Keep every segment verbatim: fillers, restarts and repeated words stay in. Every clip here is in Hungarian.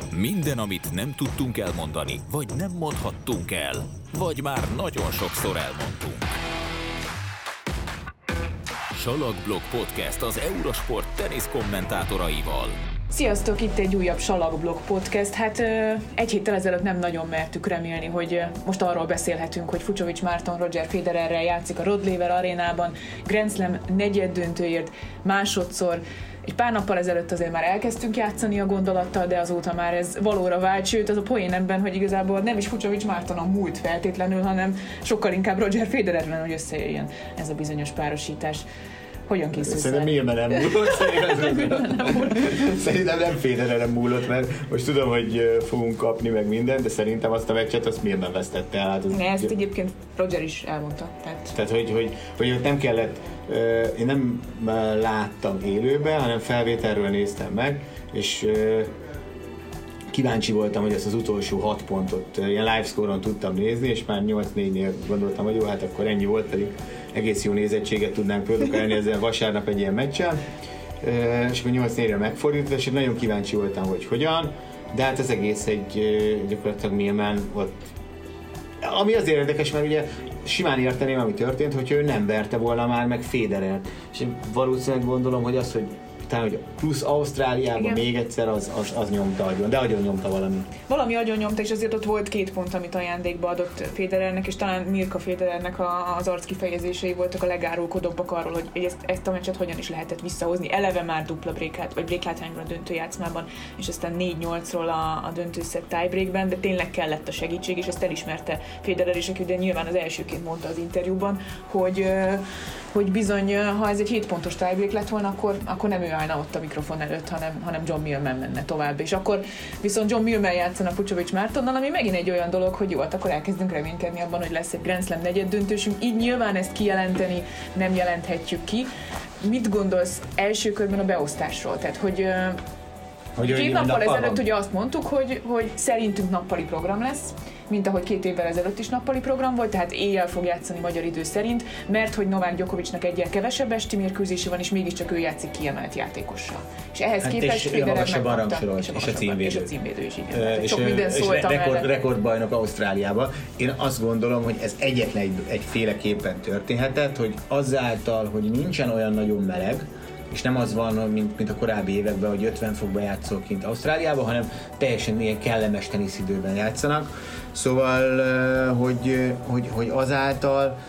Minden, amit nem tudtunk elmondani, vagy nem mondhattunk el, vagy már nagyon sokszor elmondtunk. Salakblog Podcast az Eurosport tenisz kommentátoraival. Sziasztok, itt egy újabb Salakblog Podcast. Hát egy héttel ezelőtt nem nagyon mertük remélni, hogy most arról beszélhetünk, hogy Fucsovics Márton Roger Federerrel játszik a Rod Laver arénában, Grand Slam negyeddöntőért másodszor. Egy pár nappal ezelőtt azért már elkezdtünk játszani a gondolattal, de azóta már ez valóra vált, sőt az a poén ebben, hogy igazából nem is Fucsovics Márton a múlt feltétlenül, hanem sokkal inkább Roger Federerrel, hogy összejöjjön ez a bizonyos párosítás. Hogyan készülsz? Szerintem Milman nem múlott. Szerintem nem Federeren múlott, mert most tudom, hogy fogunk kapni meg mindent, de szerintem azt a meccset azt Milman vesztette el. Hát az ezt ugye... egyébként Roger is elmondta. Tehát, tehát hogy, hogy, hogy nem kellett, én nem láttam élőben, hanem felvételről néztem meg, és kíváncsi voltam, hogy ezt az utolsó hat pontot ilyen live score-on tudtam nézni, és már nyolc négynél gondoltam, hogy jó, hát akkor ennyi volt, pedig egész jó nézettséget tudnánk produkálni ezzel vasárnap egy ilyen meccsen, és akkor nyolc négyre megfordított, és nagyon kíváncsi voltam, hogy hogyan, de hát az egész egy gyakorlatilag Milman ott, ami azért érdekes, mert ugye simán érteném, ami történt, hogy ő nem verte volna már meg Federert, és én valószínűleg gondolom, hogy az, hogy talán, hogy plusz Ausztráliában igen. Még egyszer az, az, az nyomta agyon, de agyon nyomta valami. Valami agyon nyomta, és azért ott volt két pont, amit ajándékba adott Federernek, és talán Mirka Federernek a, az arc kifejezései voltak a legárulkodóbbak arról, hogy ezt, ezt a meccset hogyan is lehetett visszahozni. Eleve már dupla breaklát, vagy breakláthányban a döntőjátszmában, és aztán négy nyolcról a, a döntőszett tiebreakben, de tényleg kellett a segítség, és ezt elismerte Federer is, aki ugye nyilván az elsőként mondta az interjúban, hogy hogy bizony, ha ez egy hét pontos tiebreak lett volna, akkor, akkor nem ő állna ott a mikrofon előtt, hanem, hanem John Millman menne tovább. És akkor viszont John Millman játszana Fucsovics Mártonnal, ami megint egy olyan dolog, hogy jó, hát akkor elkezdünk reménykedni abban, hogy lesz egy Grand Slam negyeddöntősünk. Így nyilván ezt kijelenteni nem jelenthetjük ki. Mit gondolsz első körben a beosztásról? Tehát, hogy Hogy két nappal ezelőtt ugye azt mondtuk, hogy, hogy szerintünk nappali program lesz, mint ahogy két évvel ezelőtt is nappali program volt, tehát éjjel fog játszani magyar idő szerint, mert hogy Novák Djokovicnak egyel kevesebb esti mérkőzése van, és mégiscsak ő játszik kiemelt játékossal. És ehhez hát képest Federer megkapta, és, és a címvédő. És a címvédő is, igen. Uh, és sok minden szólt és rekord, rekordbajnok Ausztráliában. Én azt gondolom, hogy ez egyetlen egy, egyféleképpen történhetett, hogy azáltal, hogy nincsen olyan nagyon meleg, és nem az van, mint, mint a korábbi években, hogy ötven fokba játszol kint Ausztráliában, hanem teljesen ilyen kellemes teniszidőben játszanak. Szóval, hogy, hogy, hogy azáltal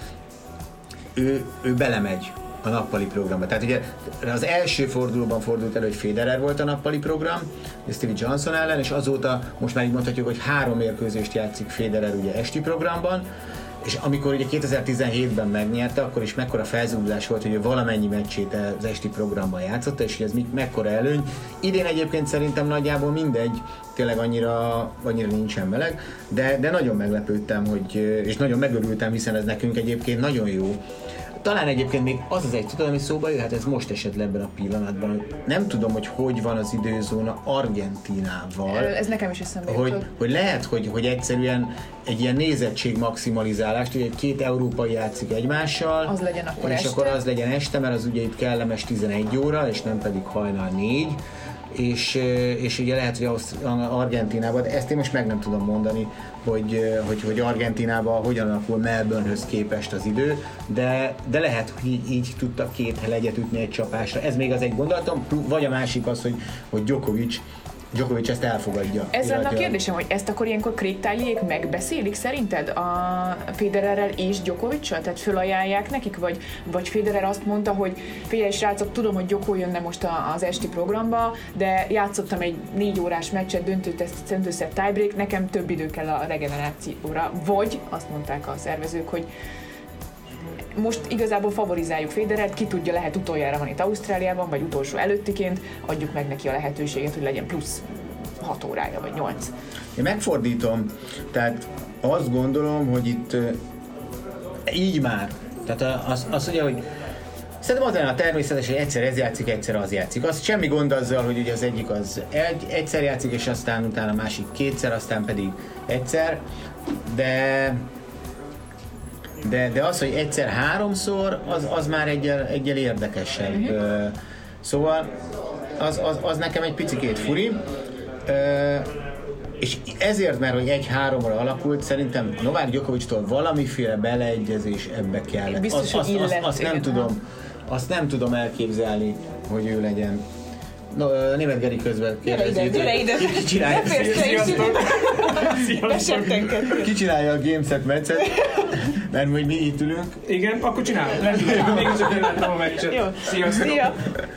ő, ő belemegy a nappali programba. Tehát ugye az első fordulóban fordult elő, hogy Federer volt a nappali program, Stevie Johnson ellen, és azóta most már így mondhatjuk, hogy három mérkőzést játszik Federer ugye esti programban, és amikor ugye kétezer-tizenhétben megnyerte, akkor is mekkora felzúdulás volt, hogy ő valamennyi meccsét az esti programban játszotta, és hogy ez mekkora előny. Idén egyébként szerintem nagyjából mindegy, tényleg annyira, annyira nincsen meleg, de, de nagyon meglepődtem, hogy, és nagyon megörültem, hiszen ez nekünk egyébként nagyon jó. Talán egyébként még az az egy tudod, ami szóba jöhet, ez most esett le ebben a pillanatban, hogy nem tudom, hogy hogy van az időzóna Argentínával. Ez nekem is eszembe hogy, hogy lehet, hogy, hogy egyszerűen egy ilyen nézettség maximalizálást, hogy egy két európai játszik egymással, az legyen akkor és este. akkor az legyen este, mert az ugye itt kellemes tizenegy óra, és nem pedig hajnal négy. És, és ugye lehet, hogy Argentínában, de ezt én most meg nem tudom mondani, hogy, hogy, hogy Argentínában hogyan alakul Melbournehöz képest az idő, de, de lehet, hogy így, így tudtak két legyet ütni egy csapásra. Ez még az egy gondolatom, vagy a másik az, hogy, hogy Djokovic Djokovic ezt elfogadja. Ez lenne a kérdésem, hogy ezt akkor ilyenkor Craig Tileyék megbeszélik szerinted a Federerrel és Djokoviccal? Tehát fölajánlják nekik? Vagy, vagy Federer azt mondta, hogy figyelj srácok, tudom, hogy Djoko jönne most az esti programba, de játszottam egy négy órás meccset, döntőszett tiebreak, nekem több idő kell a regenerációra. Vagy azt mondták a szervezők, hogy most igazából favorizáljuk Federert, ki tudja, lehet utoljára van itt Ausztráliában, vagy utolsó előttiként, adjuk meg neki a lehetőséget, hogy legyen plusz hat órája, vagy nyolc. Én megfordítom, tehát azt gondolom, hogy itt így már, tehát az, az ugye, hogy szerintem az lenne a természetes, hogy egyszer ez játszik, egyszer az játszik. Az semmi gond azzal, hogy ugye az egyik az egy, egyszer játszik, és aztán utána a másik kétszer, aztán pedig egyszer, de De, de az, hogy egyszer háromszor, az, az már egyel, egyel érdekesebb. Uh-huh. Szóval az, az, az nekem egy picikét furi. és ezért, mert hogy egy-háromra alakult, szerintem Novák Djokovictól valamiféle beleegyezés ebbe kellett. Biztos, azt, hogy azt, illett, azt, azt nem tudom, azt nem tudom elképzelni, hogy ő legyen. No, Németh Geri közben kérdezi. Gyere ide, gyere ide! Ki csinálja, ki csinálja a Gameset meccset, mert hogy mi itt ülünk. Igen, akkor csinálom. Még csak én láttam a meccset. Jó, sziasztok! Szia.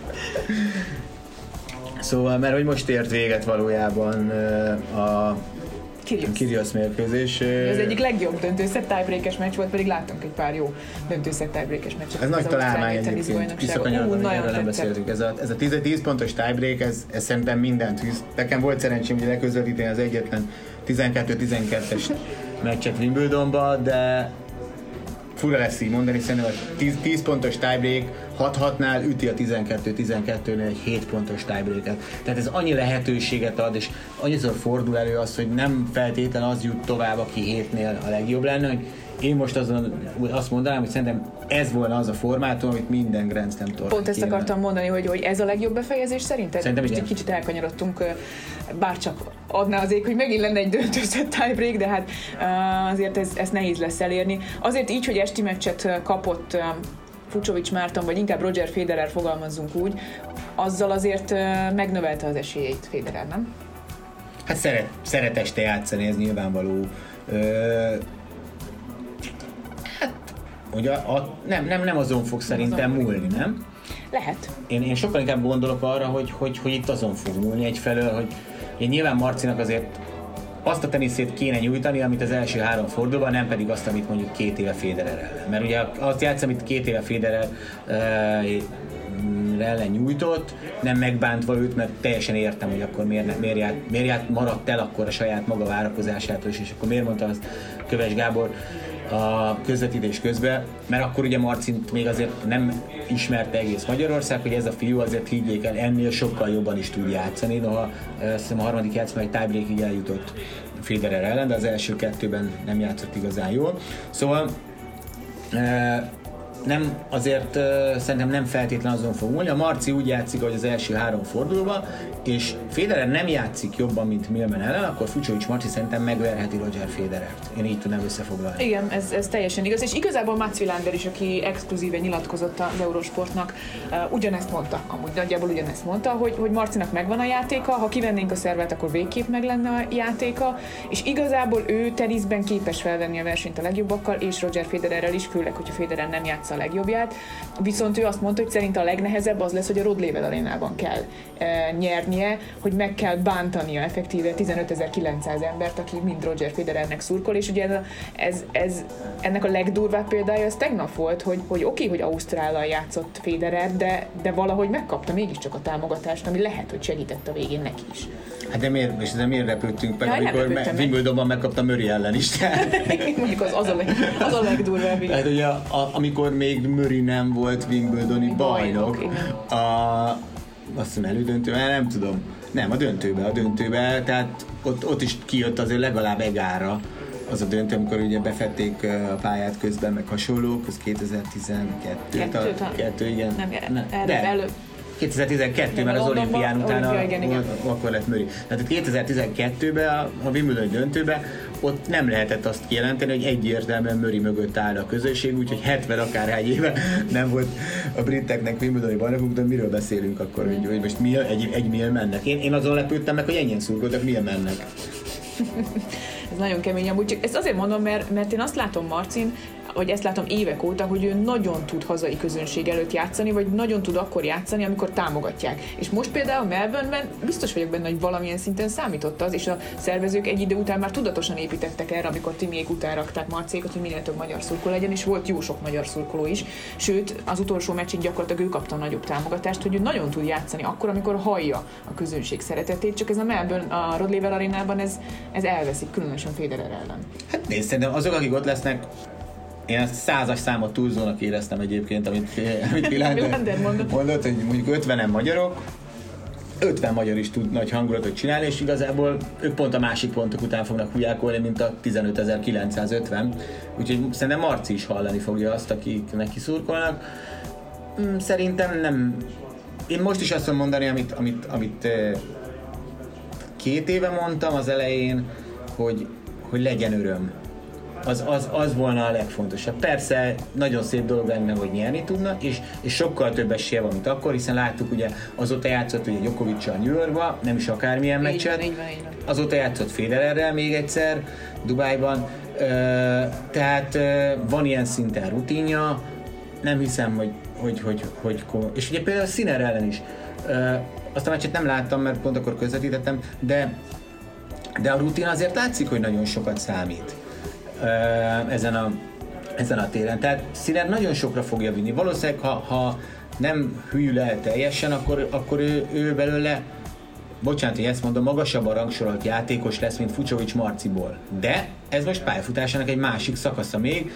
Szóval, mert hogy most ért véget valójában a Kyrgios mérkőzés. Ez egyik legjobb döntőszett tiebreakes meccs volt, pedig láttunk egy pár jó döntőszett tiebreakes meccset. Ez nagy találmány egyébként, visszakanyarodva, erről nem beszéltünk. Ez a, ez a tíz pontos tiebreak, ez, ez szerintem mindent hűz. Nekem volt szerencsém, hogy leközvetíteni az egyetlen tizenkettő tizenkettes meccset Wimbledonba, de fura lesz így mondani, szerintem a tíz pontos tiebreak hat-hatnál üti a tizenkettő tizenkettőnél egy hét pontos tiebreaket. Tehát ez annyi lehetőséget ad, és annyiszor fordul elő az, hogy nem feltétlen az jut tovább, aki hétnél a legjobb lenne, hogy én most azon azt mondanám, hogy szerintem ez volna az a formátum, amit minden Grand Slam tornán Pont ezt kéne. Akartam mondani, hogy, hogy ez a legjobb befejezés szerinted? Szerintem most egy kicsit elkanyarodtunk, bárcsak adná az ég, hogy megint lenne egy döntőzött tiebreak, de hát azért ez, ez nehéz lesz elérni. Azért így, hogy esti meccset kapott Fucsovics Márton, vagy inkább Roger Federer, fogalmazzunk úgy, azzal azért megnövelte az esélyeit Federer, nem? Hát szeret, szeret este játszani, ez nyilvánvaló. Ö, hát, hogy a, a, nem, nem, nem azon fog szerintem múlni, nem? Lehet. Én, én sokkal inkább gondolok arra, hogy, hogy, hogy itt azon fog múlni egyfelől, hogy én nyilván Marcinak azért azt a teniszét kéne nyújtani, amit az első három fordulóban, nem pedig azt, amit mondjuk két éve Federer ellen. Mert ugye azt játsz, amit két éve Federer uh, ellen nyújtott, nem megbántva őt, mert teljesen értem, hogy akkor miért, miért, ját, miért ját, maradt el akkor a saját maga várakozásától is, és akkor miért mondta azt Köves Gábor a közvetítés közben, mert akkor ugye Marcint még azért nem ismerte egész Magyarország, hogy ez a fiú azért higgyék el, ennél sokkal jobban is tud játszani, noha azt hiszem a harmadik játszban egy tiebreakig eljutott Federer ellen, de az első kettőben nem játszott igazán jól. Szóval nem, azért uh, szerintem nem feltétlen azon fog múlni. A Marci úgy játszik, hogy az első három fordulóban, és Federer nem játszik jobban, mint Millman ellen, akkor Fucsovics Marci szerintem megverheti Roger Federert. Én így tudnám összefoglalni. Igen, ez, ez teljesen igaz, és igazából Mats Wilander is, aki exkluzíve nyilatkozott az Eurosportnak, uh, ugyanezt mondta, amúgy nagyjából ugyanezt mondta, hogy, hogy Marcinak megvan a játéka, ha kivennénk a szervet, akkor végképp meg lenne a játéka, és igazából ő teniszben képes felvenni a versenyt a legjobbakkal, és Roger Federerrel is, főleg, hogyha Federer nem játsza a legjobbját. Viszont ő azt mondta, hogy szerint a legnehezebb az lesz, hogy a Rod Laver arénában kell e, nyernie, hogy meg kell bántania effektíve tizenötezer-kilencszáz embert, aki mind Roger Federernek szurkol, és ugye ez, ez, ez ennek a legdurvább példája az tegnap volt, hogy, hogy oké, okay, hogy Ausztrállal játszott Federer, de, de valahogy megkapta mégiscsak a támogatást, ami lehet, hogy segített a végén neki is. Hát de miért, és de miért repültünk meg, ja, amikor me- Wimbledonban megkapta Murray ellen is. Mondjuk az, az, a, leg, az a legdurvább. Tehát ugye, a, a, amikor még Murray nem volt Wimbledoni bajnok, bajnok a, azt hiszem elődöntőben, nem tudom, nem, a döntőbe, a döntőbe, tehát ott, ott is kijött azért legalább egára az a döntő, amikor ugye befették a pályát közben, meg hasonlók, az kétezer-tizenkettő, Kettő, a, kettő, igen. Nem, ne, erre, de. előbb. kétezer-tizenkettő, mert az olimpián utána akkor lett Murray. Tehát kétezer-tizenkettőben a Wimbledon döntőben ott nem lehetett azt kijelenteni, hogy egyértelműen Murray mögött áll a közösség, úgyhogy hetven akárhány éve nem volt a briteknek Wimbledoni bajnokuk, de miről beszélünk akkor, hogy, hogy most mi, egy, egy Millmannek. Én, én azon lepődtem meg, hogy ennyien szurkoltak Millmannek. Ez nagyon kemény, amúgy csak ezt azért mondom, mert, mert én azt látom Marcin, vagy ezt látom évek óta, hogy ő nagyon tud hazai közönség előtt játszani, vagy nagyon tud akkor játszani, amikor támogatják. És most például Melbourneben biztos vagyok benne, hogy valamilyen szinten számított az, és a szervezők egy idő után már tudatosan építettek erre, amikor Timiék után rakták Marcékat, hogy minél több magyar szurkoló legyen, és volt jó sok magyar szurkoló is. Sőt, az utolsó meccsig gyakorlatilag ő kapta a nagyobb támogatást, hogy ő nagyon tud játszani akkor, amikor hallja a közönség szeretetét, csak ez a Melbourne, a Rod Laver arénában ez, ez elveszik, különösen Federer ellen. Hát nézd, szerintem azok, akik ott lesznek, én ezt százas számot túlzónak éreztem egyébként, amit, amit Wilander mondott. mondott, hogy mondjuk ötvenen magyarok, ötven magyar is tud nagy hangulatot csinálni, és igazából ők pont a másik pontok után fognak hülyekolni, mint a tizenötezer-kilencszázötven. Úgyhogy szerintem Marci is hallani fogja azt, akik neki szurkolnak. Szerintem nem... Én most is azt tudom mondani, amit, amit, amit két éve mondtam az elején, hogy, hogy legyen öröm. Az, az, az volna a legfontosabb. Persze nagyon szép dolog lenne, hogy nyerni tudnak, és, és sokkal több esélye van, mint akkor, hiszen láttuk, ugye azóta játszott ugye Djokovic-sal New Yorkba, nem is akármilyen így meccset. Van, így van, így van. Azóta játszott Federerrel még egyszer Dubájban. Ö, tehát ö, van ilyen szinten rutinja. Nem hiszem, hogy, hogy, hogy, hogy, hogy és ugye például a Sinner ellen is. Ö, azt a meccset nem láttam, mert pont akkor közvetítettem, de, de a rutin azért látszik, hogy nagyon sokat számít ezen a, ezen a téren. Tehát Sinner nagyon sokra fogja vinni. Valószínűleg, ha, ha nem hűl el teljesen, akkor, akkor ő, ő belőle, bocsánat, hogy ezt mondom, magasabban rangsorolt játékos lesz, mint Fucsovics Marciból. De ez most pályafutásának egy másik szakasza még.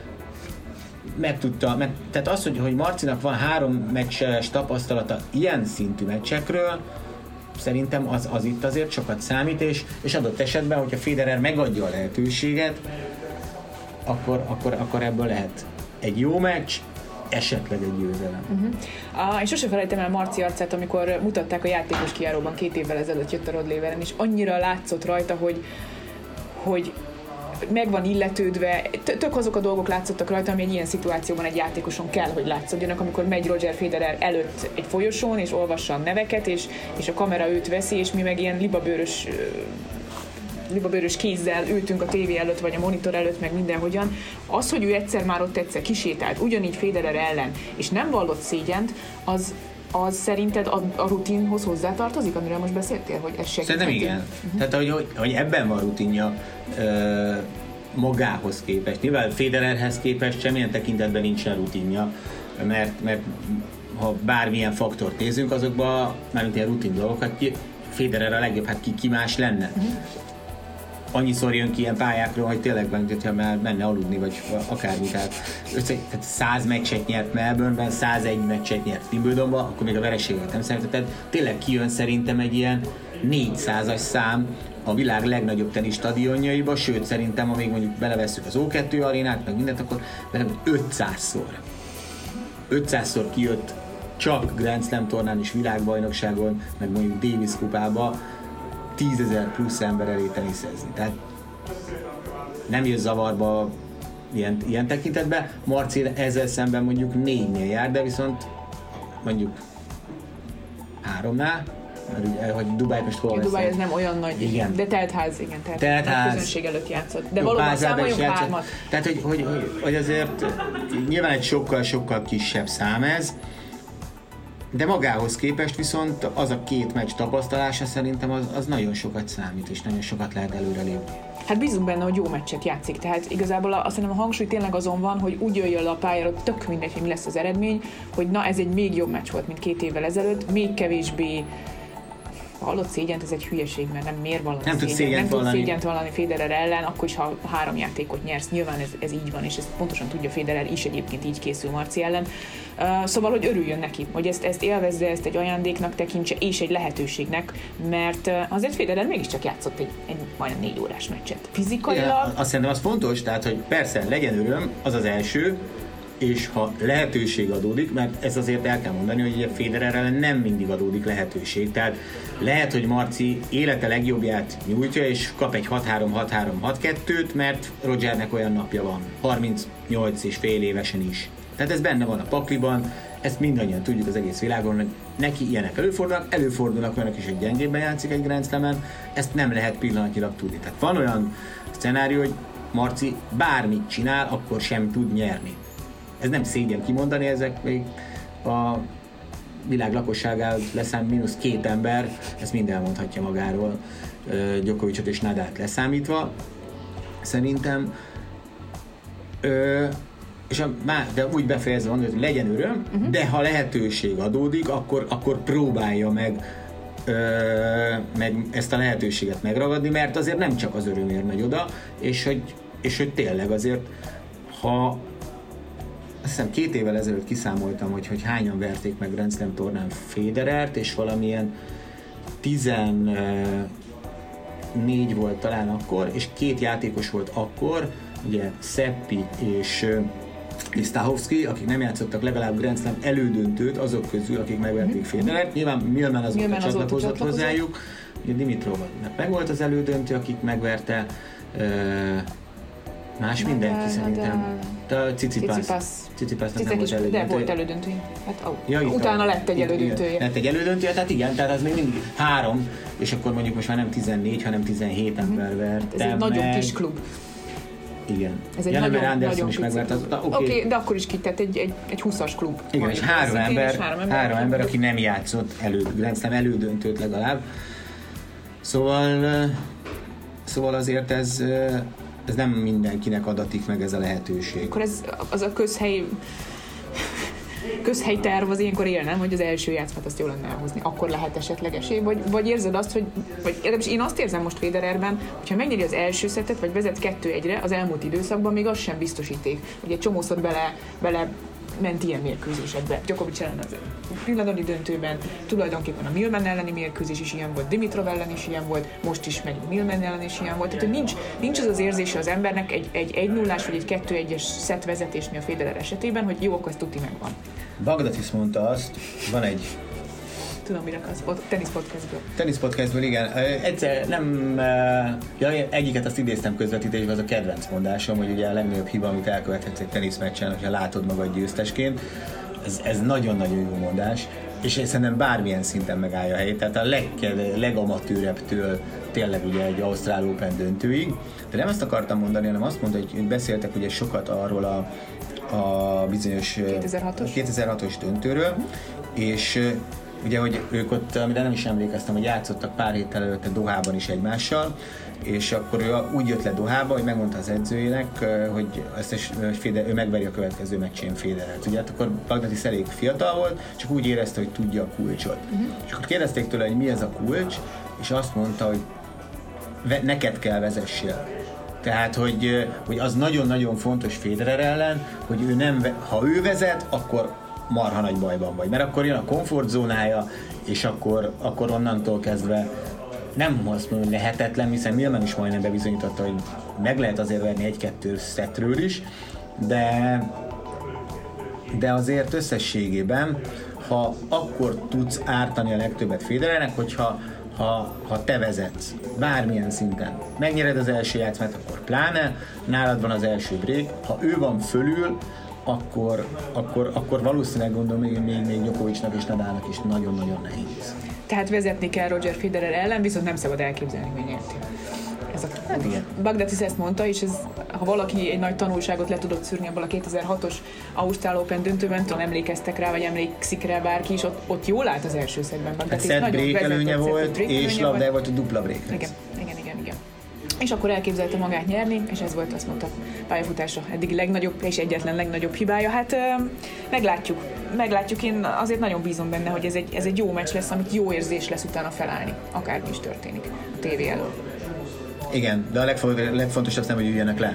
Megtudta, meg, tehát az, hogy, hogy Marcinak van három meccses tapasztalata ilyen szintű meccsekről, szerintem az, az itt azért sokat számít, és, és adott esetben, hogyha Federer megadja a lehetőséget, akkor, akkor, akkor ebből lehet egy jó meccs, esetleg egy győzelem. Uh-huh. Ah, és sose felejtem el Marci arcát, amikor mutatták a játékos kijáróban két évvel ezelőtt jött a Rod Leveren, és annyira látszott rajta, hogy, hogy meg van illetődve, tök azok a dolgok látszottak rajta, ami egy ilyen szituációban egy játékoson kell, hogy látszódjanak, amikor megy Roger Federer előtt egy folyosón, és olvassa a neveket, és, és a kamera őt veszi, és mi meg ilyen libabőrös libabőrös kézzel ültünk a tévé előtt, vagy a monitor előtt, meg mindenhogyan. Az, hogy ő egyszer már ott egyszer kisétált, ugyanígy Federer ellen, és nem vallott szégyent, az az szerinted a, a rutinhoz hozzátartozik, amiről most beszéltél, hogy ez segítheti? Szerintem igen. Uh-huh. Tehát, hogy, hogy ebben van rutinja ö, magához képest. Nyilván Federerhez képest semmilyen tekintetben nincsen rutinja, mert, mert ha bármilyen faktort nézünk, azokban mármint ilyen rutin dolgokat, ki, Federer a legjobb, hát ki, ki más lenne. Uh-huh. Annyiszor jön ki ilyen pályákról, hogy tényleg van, hogyha már menne aludni, vagy akármi. Tehát, tehát száz meccset nyert Melbourneben, százegy meccset nyert Wimbledonban, akkor még a vereséget nem számít. Tehát tényleg kijön szerintem egy ilyen négyszázas szám a világ legnagyobb tenisz stadionjaiba, sőt szerintem, amíg mondjuk belevesszük az o kettő arénát, meg mindent, akkor ötszázszor. ötszázszor kijött csak Grand Slam tornán és világbajnokságon, meg mondjuk Davis kupába, tízezer plusz ember elé teniszezni. Tehát nem jön zavarba ilyen, ilyen tekintetben. Marci ezzel szemben mondjuk négynél jár, de viszont mondjuk háromnál, mert ugye, hogy Dubáj most hol lesz? Dubáj ez nem olyan nagy, igen. De teltház, igen, tehát teltház. Közönség előtt játszott. De jó, valóban számoljunk hármat. Tehát, hogy, hogy, hogy, hogy azért nyilván egy sokkal-sokkal kisebb szám ez, de magához képest viszont az a két meccs tapasztalása szerintem az, az nagyon sokat számít, és nagyon sokat lehet előrelépni. Hát bízunk benne, hogy jó meccset játszik, tehát igazából azt hiszem a hangsúly tényleg azon van, hogy úgy jöjjön le a pályára, tök mindegy, hogy mi lesz az eredmény, hogy na ez egy még jobb meccs volt, mint két évvel ezelőtt, még kevésbé hallott szégyent, ez egy hülyeség, mert nem mér valami nem szégyent, szégyent nem tud valami. szégyent valami Federer ellen, akkor is, ha három játékot nyersz, nyilván ez, ez így van, és ezt pontosan tudja Federer is, egyébként így készül Marci ellen. Uh, szóval, hogy örüljön neki, hogy ezt, ezt élvezze, ezt egy ajándéknak tekintse, és egy lehetőségnek, mert uh, azért Federer mégiscsak játszott egy, egy majdnem négy órás meccset. Fizikailag... Ja, azt szerintem az fontos, tehát, hogy persze legyen öröm, az az első, és ha lehetőség adódik, mert ez azért el kell mondani, hogy ugye Federer ellen nem mindig adódik lehetőség, tehát lehet, hogy Marci élete legjobbját nyújtja, és kap egy hat három hat három hat kettőt, mert Rogernek olyan napja van, harmincnyolc és fél évesen is. Tehát ez benne van a pakliban, ezt mindannyian tudjuk az egész világon, hogy neki ilyenek előfordulnak, előfordulnak olyanok is, hogy gyengébben játszik egy Grand Slamen, ezt nem lehet pillanatnyilag tudni. Tehát van olyan szcenárió, hogy Marci bármit csinál, akkor sem tud nyerni. Ez nem szégyen kimondani, ezek még a világ lakosságához leszám mínusz két ember, ezt mind elmondhatja magáról, Djokovicot és Nadalt leszámítva. Szerintem ö, és a, de úgy befejezve mondani, hogy legyen öröm, uh-huh. de ha lehetőség adódik, akkor, akkor próbálja meg, ö, meg ezt a lehetőséget megragadni, mert azért nem csak az örömért megy oda, és hogy, és hogy tényleg azért, ha azt hiszem két évvel ezelőtt kiszámoltam, hogy, hogy hányan verték meg Grand Slam tornán Federert, és valamilyen tizennégy volt talán akkor, és két játékos volt akkor, ugye Seppi és Stahovski, akik nem játszottak legalább Grand Slam elődöntőt azok közül, akik megverték Federert. Nyilván Millman azóta csatlakozott hozzájuk, ugye Dimitrovnak meg volt az elődöntő, akik megverte, uh, más Nadal, mindenki szerintem. De Cicipas. Cicipas. Cicipasnak nem volt elődöntője. De volt elődöntője. Hát, oh. Ja, utána lett egy itt, elődöntője. Igen, lett egy elődöntője, tehát igen, tehát az még mindig három, és akkor mondjuk most már nem tizennégy, hanem tizenhét mm-hmm. ember verte. Ez egy meg. Nagyon kis klub. Igen. Ez egy Janne nagyon, nagyon is megvert. Oké, okay. okay, de akkor is ki, tehát egy, egy, egy húszas klub. Igen, és három ember, három ember, három ember, aki nem játszott elő, nem elődöntőt legalább. Szóval, szóval azért ez, ez nem mindenkinek adatik meg ez a lehetőség. Akkor ez az a közhely közhely terv az ilyenkor él, nem? Hogy az első játszmát azt jól lenne elhozni. Akkor lehet esetleg esély? Vagy, vagy érzed azt, hogy vagy én azt érzem most Federerben, hogyha megnyeri az első szettet, vagy vezet kettő egyre, az elmúlt időszakban még az sem biztosíték. Ugye csomószor bele, bele ment ilyen mérkőzésekbe. Djokovic ellen az pillanatnyi döntőben, tulajdonképpen a Millman elleni mérkőzés is ilyen volt, Dimitrov ellen is ilyen volt, most is meg Millman ellen is ilyen volt. Tehát, hogy nincs, nincs az az érzése az embernek egy, egy egy nullás vagy egy kettő egyes szett vezetésnél a Federer esetében, hogy jó, akkor ez tuti megvan. Bagdatis mondta azt, van egy tudom, mire akarsz, tenisz podcastből. Tenisz podcastből, igen. Egyszer nem, ja, egyiket azt idéztem közvetítésben, az a kedvenc mondásom, hogy ugye a legnagyobb hiba, amit elkövethetsz egy teniszmeccsen, hogyha látod magad győztesként. Ez, ez nagyon-nagyon jó mondás, és szerintem bármilyen szinten megállja a helyét, tehát a leg, legamatőrebbtől tényleg ugye egy Ausztrál Open döntőig. De nem ezt akartam mondani, hanem azt mondta, hogy beszéltek ugye sokat arról a, a bizonyos kétezer-hatos kétezer-hatos döntőről, és ugye, hogy ők ott, amire nem is emlékeztem, hogy játszottak pár héttel előtte Dohában is egymással, és akkor ő úgy jött le Dohába, hogy megmondta az edzőjének, hogy, ezt is, hogy Federer, ő megveri a következő meccsén Federert. Ugye, hát akkor Bagdatis elég fiatal volt, csak úgy érezte, hogy tudja a kulcsot. Uh-huh. És akkor kérdezték tőle, hogy mi ez a kulcs, és azt mondta, hogy ve- neked kell vezessél. Tehát, hogy, hogy az nagyon-nagyon fontos Federer ellen, hogy ő nem, ha ő vezet, akkor marha nagy bajban vagy, mert akkor jön a komfortzónája, és akkor, akkor onnantól kezdve nem azt mondom, hogy lehetetlen, hiszen Millman is majdnem bebizonyította, hogy meg lehet azért verni egy-kettő szettről is, de, de azért összességében, ha akkor tudsz ártani a legtöbbet Federernek, hogyha ha, ha te vezetsz bármilyen szinten, megnyered az első játszmát, akkor pláne, nálad van az első break, ha ő van fölül, akkor, akkor, akkor valószínűleg gondolom, hogy még, még Djokovicnak és Nadalnak is nagyon-nagyon nehéz. Tehát vezetni kell Roger Federer ellen, viszont nem szabad elképzelni, hogy nyerti. Ez a hát igen. Bagdatis ezt mondta, és ez, ha valaki egy nagy tanulságot le tudott szűrni abból a kétezer-hatos Ausztrál Open döntőben, talán emlékeztek rá, vagy emlékszik rá bárki is, ott, ott jól állt az első szedben. Bagdatis hát set break előnye volt, és labda volt a dupla break. Igen, igen, igen, igen. És akkor elképzelte magát nyerni, és ez volt, azt mondta, pályafutása eddigi legnagyobb és egyetlen legnagyobb hibája. Hát meglátjuk, meglátjuk, én azért nagyon bízom benne, hogy ez egy, ez egy jó meccs lesz, amit jó érzés lesz utána felállni, akármi is történik a tévé elől. Igen, de a legfo- legfontosabb nem, hogy üljenek le.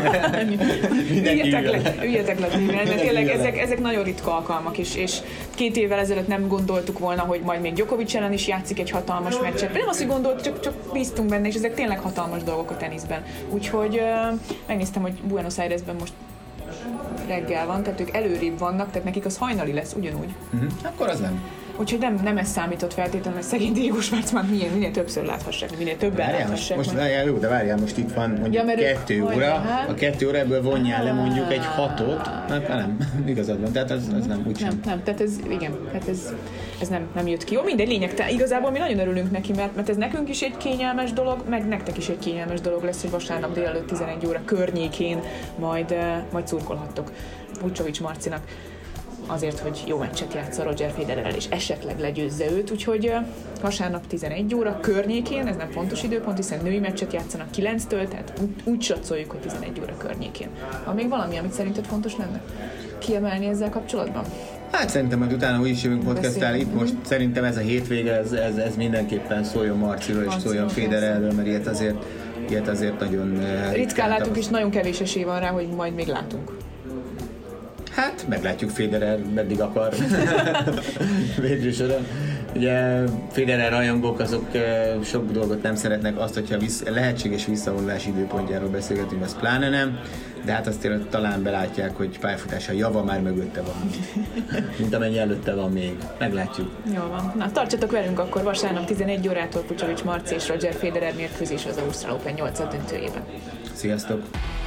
Üljetek le, üljetek le, mert tényleg ezek, ezek nagyon ritka alkalmak, és, és két évvel ezelőtt nem gondoltuk volna, hogy majd még Djokovic ellen is játszik egy hatalmas meccset. Nem azt, hogy gondolt, csak, csak bíztunk benne, és ezek tényleg hatalmas dolgok a teniszben. Úgyhogy uh, megnéztem, hogy Buenos Airesben most reggel van, tehát ők előrébb vannak, tehát nekik az hajnali lesz ugyanúgy. Uh-huh. Akkor az nem. Úgyhogy nem, nem ez számított feltétlenül, hogy szegény Diego Schwartzman minél, minél többször láthassák, minél többen láthassák. Most várjál, jó, de várjál, most itt van mondjuk ja, kettő óra, hát? A kettő óra ebből vonjál le mondjuk egy hatot, hát nem, igazad van, tehát ez, ez nem úgy nem, sem. Nem, tehát ez, igen, hát ez, ez nem, nem jött ki. Jó, mindegy, lényeg, tehát igazából mi nagyon örülünk neki, mert, mert ez nekünk is egy kényelmes dolog, meg nektek is egy kényelmes dolog lesz, hogy vasárnap délelőtt tizenegy óra környékén majd, majd szurkolhattok Vucsovics Marcinak azért, hogy jó meccset játssza Roger Federerrel, és esetleg legyőzze őt, úgyhogy vasárnap tizenegy óra környékén, ez nem fontos időpont, hiszen női meccset játszanak kilenctől, tehát úgy, úgy satszoljuk, hogy tizenegy óra környékén. Van még valami, amit szerinted fontos lenne kiemelni ezzel kapcsolatban? Hát szerintem, hogy utána úgy is jövünk podcastál, itt most szerintem ez a hétvége, ez, ez, ez mindenképpen szóljon Marciról és szóljon Federerről, mert ilyet azért, ilyet azért nagyon... Ritkán látunk, és nagyon kevés esély van rá, hogy majd még látunk. Hát, meglátjuk Federer, meddig akar végsősorban. Ugye Federer rajongók azok sok dolgot nem szeretnek, azt, hogyha vissz, lehetséges visszavonulási időpontjáról beszélgetünk, az pláne nem, de hát azt talán belátják, hogy pályafutása java már mögötte van, mint amennyi előtte van még. Meglátjuk. Jó van. Na, tartsatok velünk akkor vasárnap tizenegy órától Pucsovics Marci és Roger Federer mérkőzés az Ausztrál Open nyolcad döntőjében. Sziasztok!